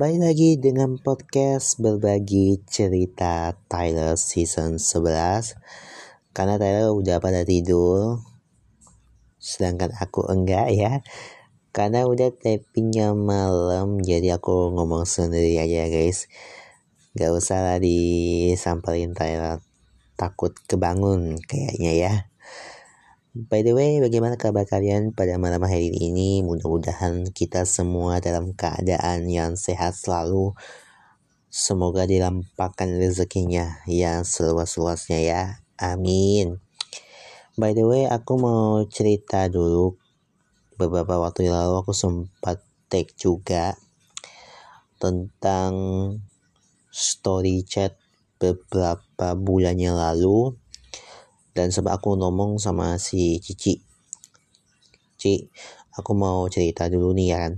Kembali lagi dengan podcast berbagi cerita Tyler season 11. Karena Tyler udah pada tidur, sedangkan aku enggak ya. Karena udah tapingnya malam, jadi aku ngomong sendiri aja guys. Gak usah lah disamperin Tyler, takut kebangun kayaknya ya. By the way, bagaimana kabar kalian pada malam hari ini? Mudah-mudahan kita semua dalam keadaan yang sehat selalu. Semoga dilimpahkan rezekinya yang seluas-luasnya ya. Amin. By the way, aku mau cerita dulu. Beberapa waktu yang lalu aku sempat take juga tentang story chat beberapa bulan yang lalu. Dan sebab aku ngomong sama si Cici, aku mau cerita dulu nih ya kan.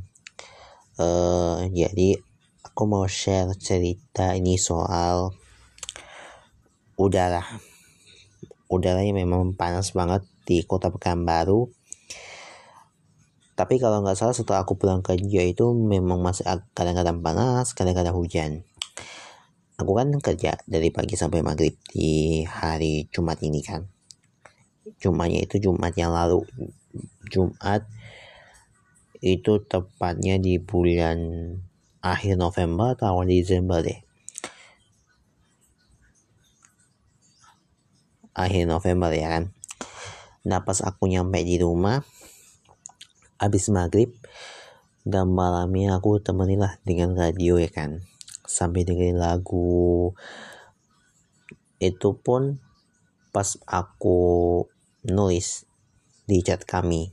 Jadi aku mau share cerita ini soal udara. Udaranya memang panas banget di Kota Pekanbaru. Tapi kalau nggak salah setelah aku pulang kerja itu memang masih kadang-kadang panas, kadang-kadang hujan. Aku kan kerja dari pagi sampai maghrib di hari Jumat ini kan. Jumatnya itu Jumat yang lalu. Jumat itu tepatnya di bulan akhir November atau awal Desember deh. Akhir November ya kan. Nah pas aku nyampe di rumah habis maghrib dan malamnya aku temenilah dengan radio ya kan. Sambil dengerin lagu. Itu pun pas aku nulis di chat kami,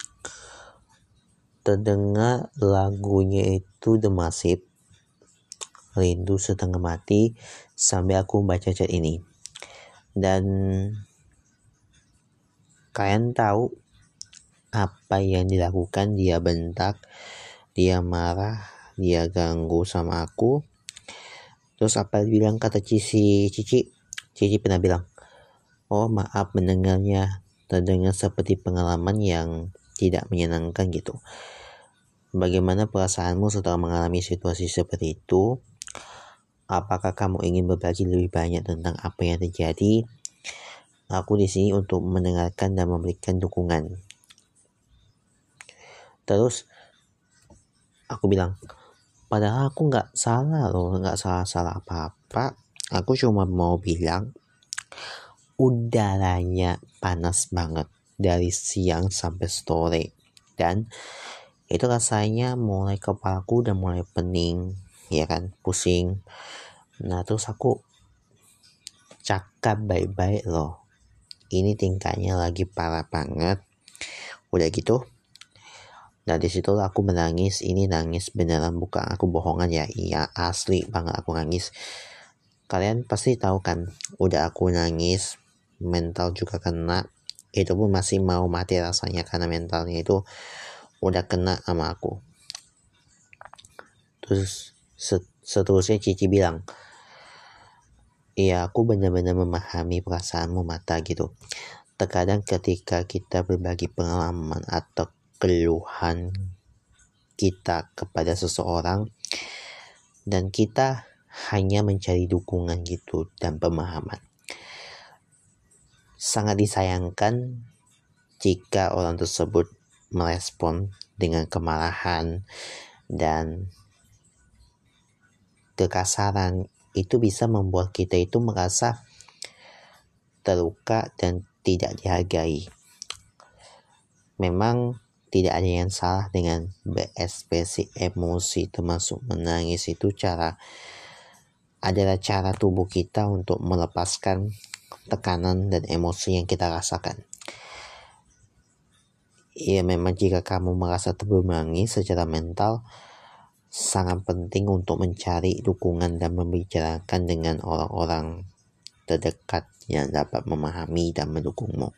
terdengar lagunya itu The Massive, Rindu Setengah Mati, sampai aku baca chat ini. Dan kalian tahu apa yang dilakukan? Dia bentak, dia marah, dia ganggu sama aku. Terus apa bilang kata Cici pernah bilang, oh maaf mendengarnya, terdengar seperti pengalaman yang tidak menyenangkan gitu. Bagaimana perasaanmu setelah mengalami situasi seperti itu? Apakah kamu ingin berbagi lebih banyak tentang apa yang terjadi? Aku di sini untuk mendengarkan dan memberikan dukungan. Terus aku bilang, padahal aku nggak salah loh, nggak salah apa-apa. Aku cuma mau bilang udaranya panas banget dari siang sampai sore, dan itu rasanya mulai kepalaku udah mulai pening ya kan, pusing. Nah terus aku cakap baik-baik loh, ini tingkahnya lagi parah banget. Udah gitu, nah disitu aku menangis. Ini nangis beneran, bukan aku bohongan ya. Iya asli banget aku nangis. Kalian pasti tahu kan, udah aku nangis, mental juga kena. Itu pun masih mau mati rasanya karena mentalnya itu udah kena sama aku. Terus seterusnya Cici bilang, iya aku benar-benar memahami perasaanmu Mata gitu. Terkadang ketika kita berbagi pengalaman atau keluhan kita kepada seseorang dan kita hanya mencari dukungan gitu dan pemahaman, sangat disayangkan jika orang tersebut merespon dengan kemarahan dan kekasaran. Itu bisa membuat kita itu merasa terluka dan tidak dihargai. Memang tidak ada yang salah dengan berekspresi emosi, termasuk menangis. Itu adalah cara tubuh kita untuk melepaskan tekanan dan emosi yang kita rasakan. Ya memang jika kamu merasa terbebani secara mental, sangat penting untuk mencari dukungan dan membicarakan dengan orang-orang terdekat yang dapat memahami dan mendukungmu.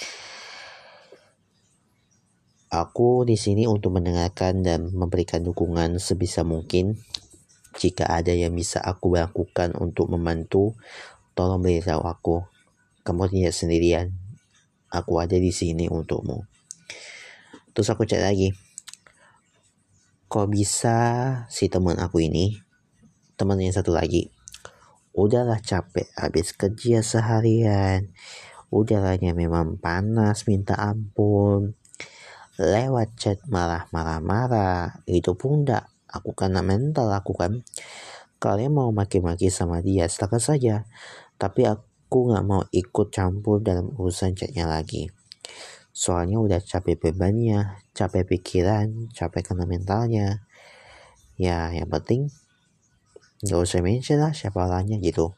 Aku di sini untuk mendengarkan dan memberikan dukungan sebisa mungkin. Jika ada yang bisa aku lakukan untuk membantu, tolong beritahu aku. Kamu tidak sendirian. Aku ada di sini untukmu. Terus aku chat lagi, kok bisa si teman aku ini, teman yang satu lagi, udahlah capek habis kerja seharian, udaranya memang panas minta ampun, lewat chat malah marah-marah, itu pun enggak aku kena mental aku kan. Kalian mau maki-maki sama dia silakan saja, tapi aku gak mau ikut campur dalam urusan chatnya lagi. Soalnya udah capek bebannya, capek pikiran, capek kena mentalnya. Ya yang penting gak usah mention lah siapa orangnya gitu.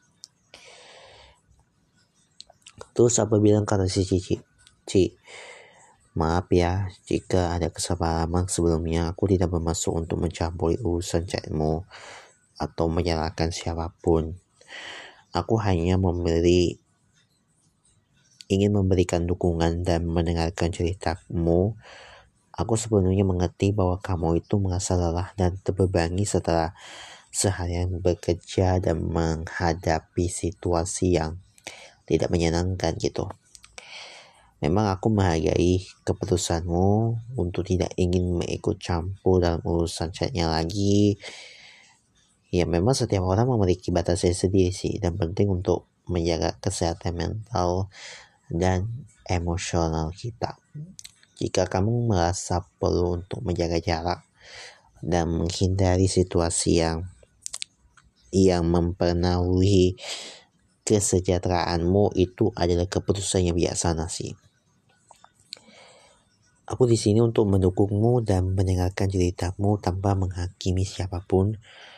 Terus apa bilang kata si Cici, maaf ya jika ada kesalahan sebelumnya, aku tidak bermaksud untuk mencampuri urusan chatmu atau menyalahkan siapapun. Aku hanya ingin memberikan dukungan dan mendengarkan ceritamu. Aku sepenuhnya mengerti bahwa kamu itu merasa lelah dan terbebani setelah seharian bekerja dan menghadapi situasi yang tidak menyenangkan gitu. Memang aku menghargai keputusanmu untuk tidak ingin mengikut campur dalam urusan chatnya lagi. Ya memang setiap orang memiliki batasnya sendiri sih, dan penting untuk menjaga kesehatan mental dan emosional kita. Jika kamu merasa perlu untuk menjaga jarak dan menghindari situasi yang mempengaruhi kesejahteraanmu, itu adalah keputusan yang bijaksana sih. Aku di sini untuk mendukungmu dan mendengarkan ceritamu tanpa menghakimi siapapun.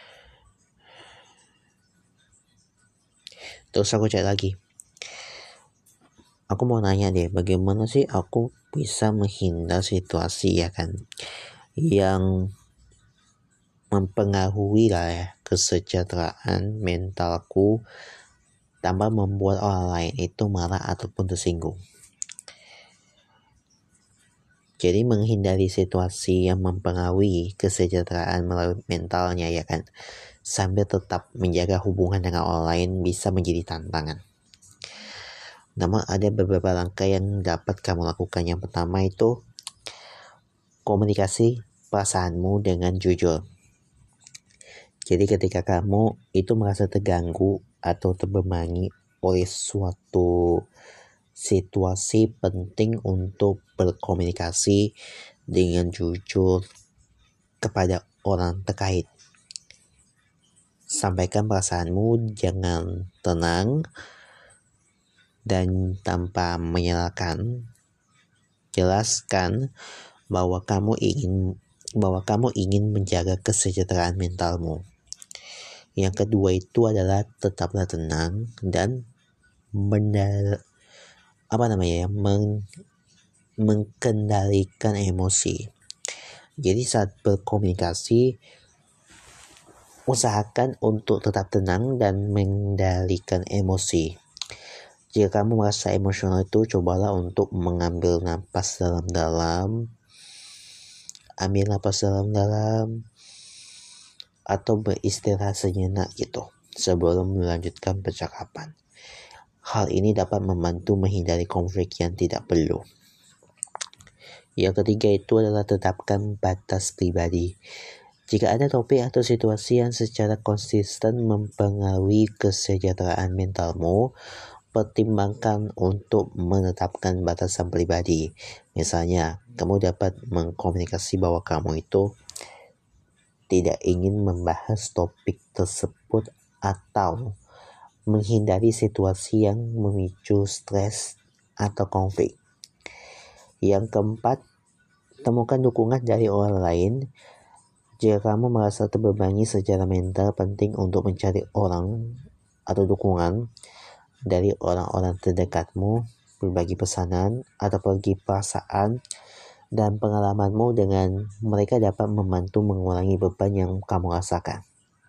Terus aku cek lagi. Aku mau nanya deh, bagaimana sih aku bisa menghindar situasi ya kan yang mempengaruhi lah ya kesejahteraan mentalku tanpa membuat orang lain itu marah ataupun tersinggung. Jadi menghindari situasi yang mempengaruhi kesejahteraan melalui mentalnya ya kan, sambil tetap menjaga hubungan dengan orang lain bisa menjadi tantangan. Namun ada beberapa langkah yang dapat kamu lakukan. Yang pertama itu komunikasi perasaanmu dengan jujur. Jadi ketika kamu itu merasa terganggu atau terbebani oleh suatu situasi, penting untuk berkomunikasi dengan jujur kepada orang terkait. Sampaikan perasaanmu, jangan tenang dan tanpa menyalahkan. Jelaskan bahwa kamu ingin menjaga kesejahteraan mentalmu. Yang kedua itu adalah tetaplah tenang dan mengendalikan emosi. Jadi saat berkomunikasi, usahakan untuk tetap tenang dan mengendalikan emosi. Jika kamu merasa emosional itu, cobalah untuk mengambil napas dalam-dalam. Ambil napas dalam-dalam. Atau beristirahat sejenak gitu sebelum melanjutkan percakapan. Hal ini dapat membantu menghindari konflik yang tidak perlu. Yang ketiga itu adalah tetapkan batas pribadi. Jika ada topik atau situasi yang secara konsisten mempengaruhi kesejahteraan mentalmu, pertimbangkan untuk menetapkan batasan pribadi. Misalnya, kamu dapat mengkomunikasi bahwa kamu itu tidak ingin membahas topik tersebut atau menghindari situasi yang memicu stres atau konflik. Yang keempat, temukan dukungan dari orang lain. Jika kamu merasa terbebani secara mental, penting untuk mencari orang atau dukungan dari orang-orang terdekatmu, berbagi pesanan atau berbagi perasaan dan pengalamanmu dengan mereka dapat membantu mengurangi beban yang kamu rasakan.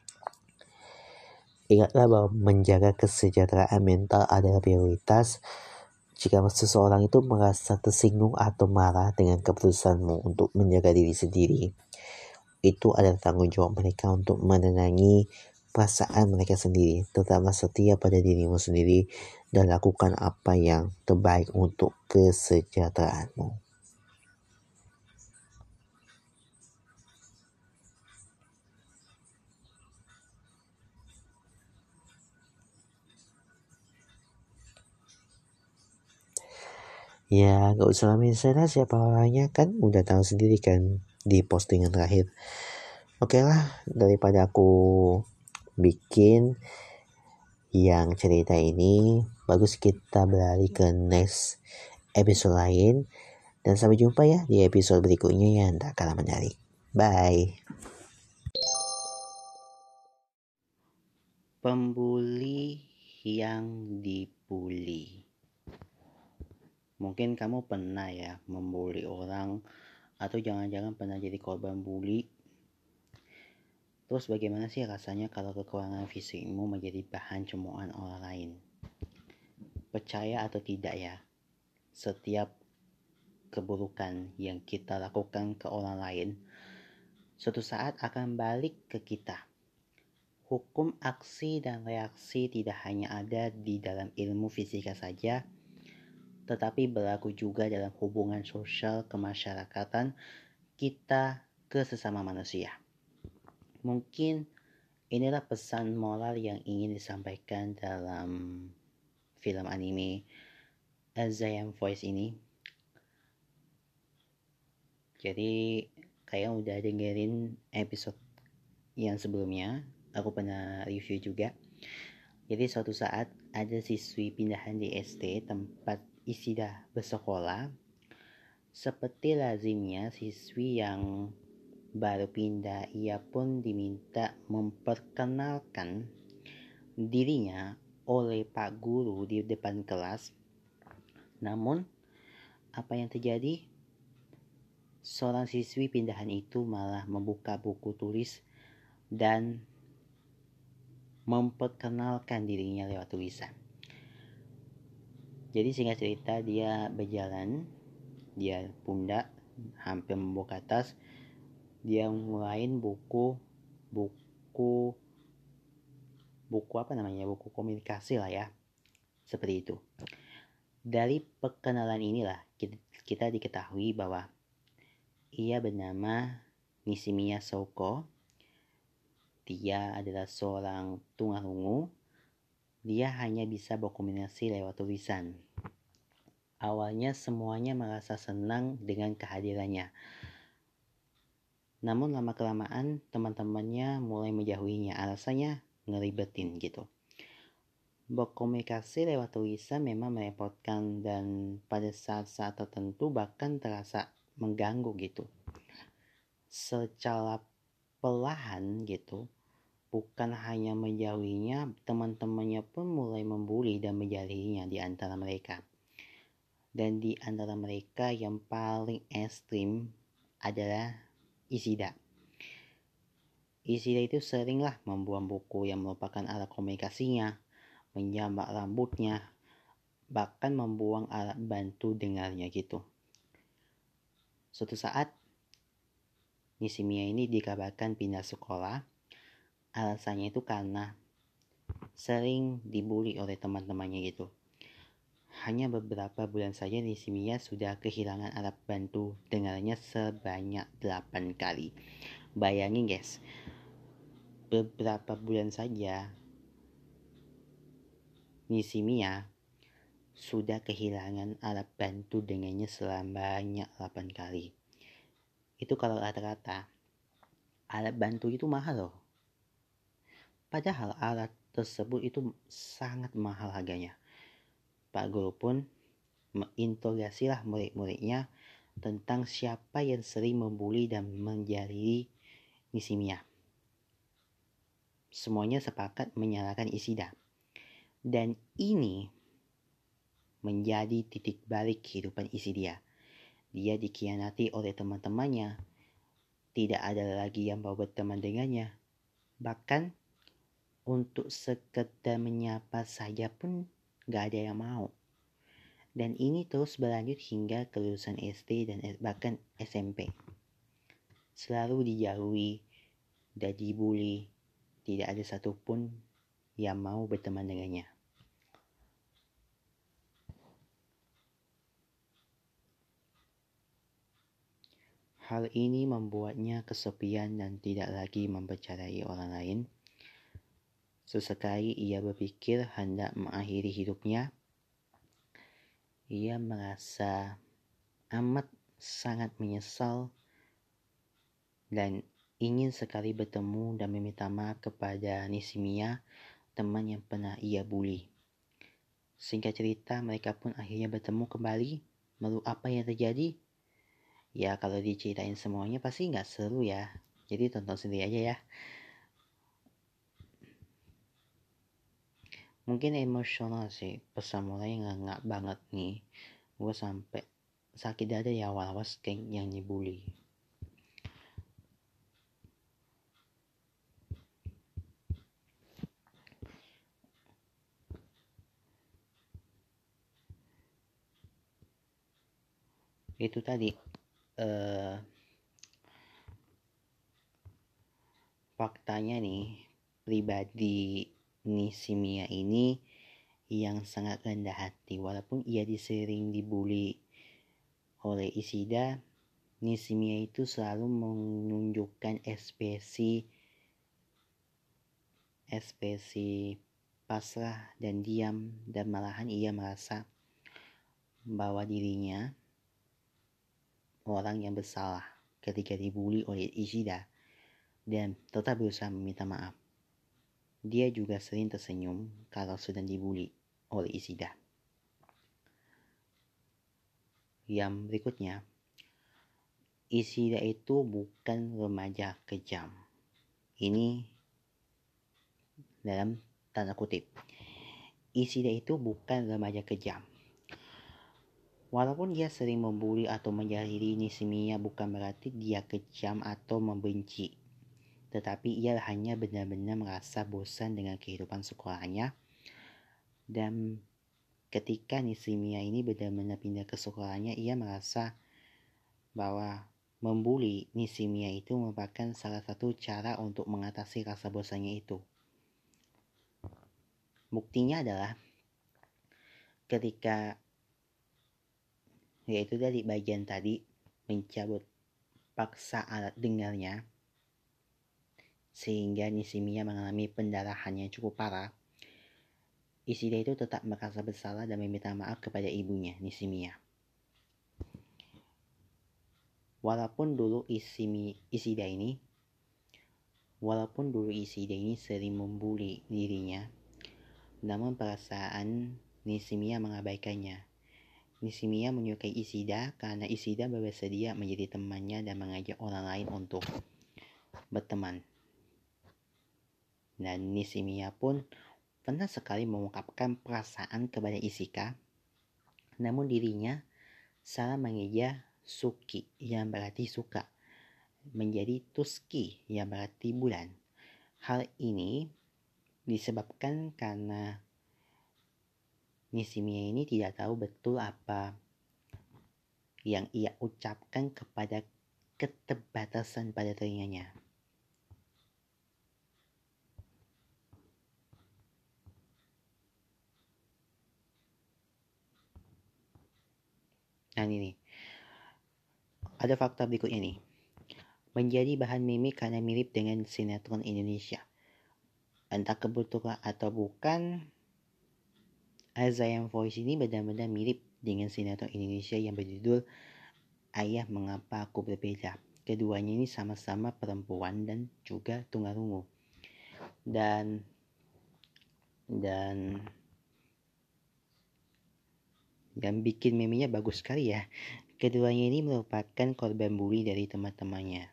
Ingatlah bahwa menjaga kesejahteraan mental adalah prioritas. Jika seseorang itu merasa tersinggung atau marah dengan keputusanmu untuk menjaga diri sendiri, itu adalah tanggung jawab mereka untuk menenangi perasaan mereka sendiri. Tetaplah setia pada dirimu sendiri dan lakukan apa yang terbaik untuk kesejahteraanmu. Ya gak usah lama sana siapa orangnya, kan udah tahu sendiri kan di postingan terakhir. Oke lah, daripada aku bikin yang cerita ini, bagus kita beralih ke next episode lain. Dan sampai jumpa ya di episode berikutnya yang tak kalah menarik. Bye. Pembuli yang dibully. Mungkin kamu pernah ya membuli orang, atau jangan-jangan pernah jadi korban bully. Terus bagaimana sih rasanya kalau kekurangan fisikmu menjadi bahan cemoohan orang lain? Percaya atau tidak ya, setiap keburukan yang kita lakukan ke orang lain suatu saat akan balik ke kita. Hukum aksi dan reaksi tidak hanya ada di dalam ilmu fisika saja, tetapi berlaku juga dalam hubungan sosial kemasyarakatan kita ke sesama manusia. Mungkin inilah pesan moral yang ingin disampaikan dalam film anime As I Am Voice ini. Jadi kalian udah dengerin episode yang sebelumnya, aku pernah review juga. Jadi suatu saat ada siswi pindahan di SD tempat Isida bersekolah. Seperti lazimnya siswi yang baru pindah, ia pun diminta memperkenalkan dirinya oleh Pak Guru di depan kelas. Namun, apa yang terjadi? Seorang siswi pindahan itu malah membuka buku tulis dan memperkenalkan dirinya lewat tulisan. Jadi singkat cerita, dia berjalan, dia pundak, hampir membuka tas, dia ngulain buku komunikasi lah ya, seperti itu. Dari perkenalan inilah kita diketahui bahwa ia bernama Nishimiya Souko. Dia adalah seorang tunarungu. Dia hanya bisa berkomunikasi lewat tulisan. Awalnya semuanya merasa senang dengan kehadirannya. Namun lama-kelamaan teman-temannya mulai menjauhinya. Alasannya ngeribetin gitu. Berkomunikasi lewat tulisan memang merepotkan dan pada saat-saat tertentu bahkan terasa mengganggu gitu. Secara perlahan gitu, bukan hanya menjauhinya, teman-temannya pun mulai membuli dan menjauhinya di antara mereka. Dan di antara mereka yang paling ekstrim adalah Isida. Isida itu seringlah membuang buku yang merupakan alat komunikasinya, menjambak rambutnya, bahkan membuang alat bantu dengarnya gitu. Suatu saat, Nishimiya ini dikabarkan pindah sekolah. Alasannya itu karena sering dibully oleh teman-temannya gitu. Hanya beberapa bulan saja Nishimiya sudah kehilangan alat bantu dengarnya sebanyak 8 kali. Bayangin guys, beberapa bulan saja Nishimiya sudah kehilangan alat bantu dengannya sebanyak 8 kali. Itu kalau rata-rata. Alat bantu itu mahal loh. Padahal alat tersebut itu sangat mahal harganya. Pak Guru pun menginterogasilah murid-muridnya tentang siapa yang sering membuli dan menjadi Nishimiya. Semuanya sepakat menyalahkan Isida. Dan ini menjadi titik balik kehidupan Isida. Dia dikhianati oleh teman-temannya. Tidak ada lagi yang mau berteman dengannya. Bahkan untuk sekedar menyapa saja pun gak ada yang mau. Dan ini terus berlanjut hingga kelulusan SD dan bahkan SMP. Selalu dijauhi dan dibully. Tidak ada satupun yang mau berteman dengannya. Hal ini membuatnya kesepian dan tidak lagi mempercayai orang lain. Sesekali ia berpikir hendak mengakhiri hidupnya. Ia merasa amat sangat menyesal dan ingin sekali bertemu dan meminta maaf kepada Nishimiya, teman yang pernah ia bully. Singkat cerita, mereka pun akhirnya bertemu kembali. Lalu apa yang terjadi? Ya kalau diceritain semuanya pasti nggak seru ya. Jadi tonton sendiri aja ya. Mungkin emosional sih, pesan mulai ngangak banget nih. Gue sampai sakit dada ya awal-awal kayak yang nyebuli. Itu tadi faktanya nih, pribadi Nishimiya ini yang sangat rendah hati. Walaupun ia sering dibully oleh Ishida, Nishimiya itu selalu menunjukkan ekspresi pasrah dan diam, dan malahan ia merasa bahwa dirinya orang yang bersalah ketika dibully oleh Ishida dan tetap berusaha meminta maaf. Dia juga sering tersenyum kalau sedang dibully oleh Ishida. Yang berikutnya, Ishida itu bukan remaja kejam. Ini dalam tanda kutip. Ishida itu bukan remaja kejam. Walaupun dia sering membuli atau menjahili Nishimiya, bukan berarti dia kejam atau membenci. Tetapi ia hanya benar-benar merasa bosan dengan kehidupan sekolahnya. Dan ketika Nishimiya ini benar-benar pindah ke sekolahnya, ia merasa bahwa membuli Nishimiya itu merupakan salah satu cara untuk mengatasi rasa bosannya itu. Buktinya adalah ketika yaitu dari bagian tadi mencabut paksa alat dengarnya sehingga Nishimiya mengalami pendarahan yang cukup parah. Ishida itu tetap merasa bersalah dan meminta maaf kepada ibunya, Nishimiya. Walaupun dulu Ishida ini sering membuli dirinya, namun perasaan Nishimiya mengabaikannya. Nishimiya menyukai Ishida karena Ishida bersedia menjadi temannya dan mengajak orang lain untuk berteman. Dan Nishimiya pun pernah sekali mengungkapkan perasaan kepada Ishika, namun dirinya salah mengeja Suki yang berarti suka menjadi Tuski yang berarti bulan. Hal ini disebabkan karena Nishimiya ini tidak tahu betul apa yang ia ucapkan kepada keterbatasan pada telinganya. Nah ini ada fakta berikutnya nih. Menjadi bahan meme karena mirip dengan sinetron Indonesia. Entah kebetulan atau bukan, As I Am Voice ini benar-benar mirip dengan sinetron Indonesia yang berjudul Ayah Mengapa Aku Berbeda. Keduanya ini sama-sama perempuan dan juga tunarungu. Dan bikin memenya bagus sekali ya. Keduanya ini merupakan korban bully dari teman-temannya.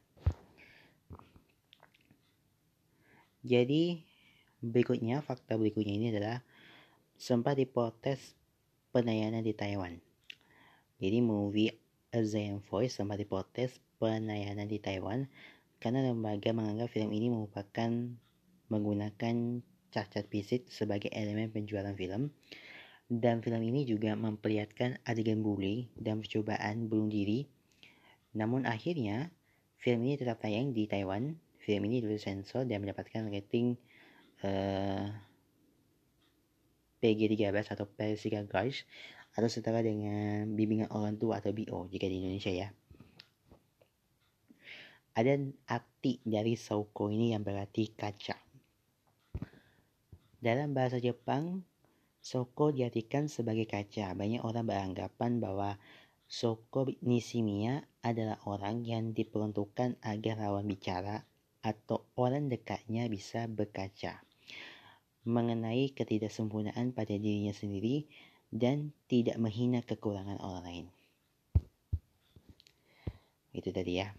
Jadi fakta berikutnya ini adalah sempat diprotes penayangan di Taiwan. Jadi movie As I Am Voice sempat diprotes penayangan di Taiwan karena lembaga menganggap film ini merupakan menggunakan cacat fisik sebagai elemen penjualan film. Dan film ini juga memperlihatkan adegan bully dan percobaan bunuh diri. Namun akhirnya film ini tetap tayang di Taiwan. Film ini dulu sensor dan mendapatkan rating PG-13 atau Persica Guys atau setara dengan bimbingan orang tua atau BO jika di Indonesia ya. Ada arti dari Souko ini yang berarti kaca. Dalam bahasa Jepang, Shoko diartikan sebagai kaca. Banyak orang beranggapan bahwa Shoko Nishimiya adalah orang yang diperuntukkan agar lawan bicara atau orang dekatnya bisa berkaca mengenai ketidaksempurnaan pada dirinya sendiri dan tidak menghina kekurangan orang lain. Itu tadi ya.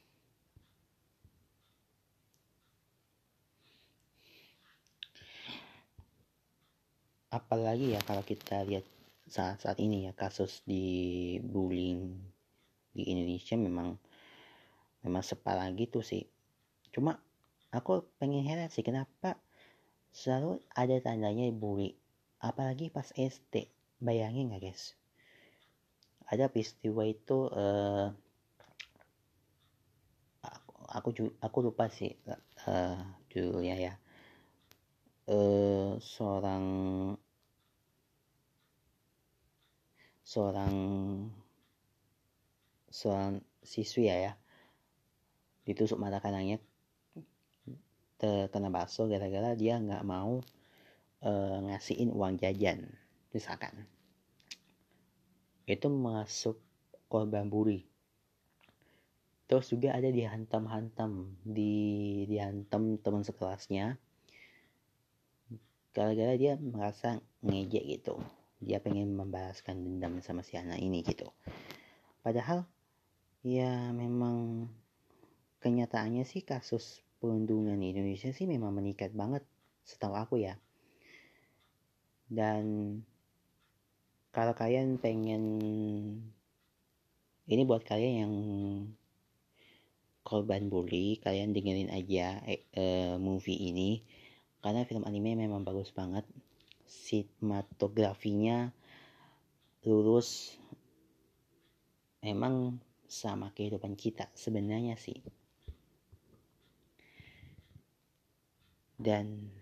Apalagi ya kalau kita lihat saat ini ya, kasus di bullying di Indonesia memang separah gitu sih. Cuma aku pengen heran sih kenapa selalu ada tandanya bully, apalagi pas SD. Bayangin gak guys, ada peristiwa itu aku lupa sih judulnya ya. Seorang siswi ya ditusuk mata kanannya, terkena bakso gara-gara dia nggak mau ngasihin uang jajan misalkan. Itu masuk korban bully. Terus juga ada dihantam teman sekelasnya gara-gara dia merasa ngejek gitu. Dia pengen membalaskan dendam sama si anak ini gitu. Padahal ya memang kenyataannya sih kasus perundungan di Indonesia sih memang meningkat banget setahu aku ya. Dan kalau kalian pengen, ini buat kalian yang korban bully, kalian dengerin aja movie ini karena film anime memang bagus banget. Sinematografinya lurus, emang sama kehidupan kita sebenarnya sih. Dan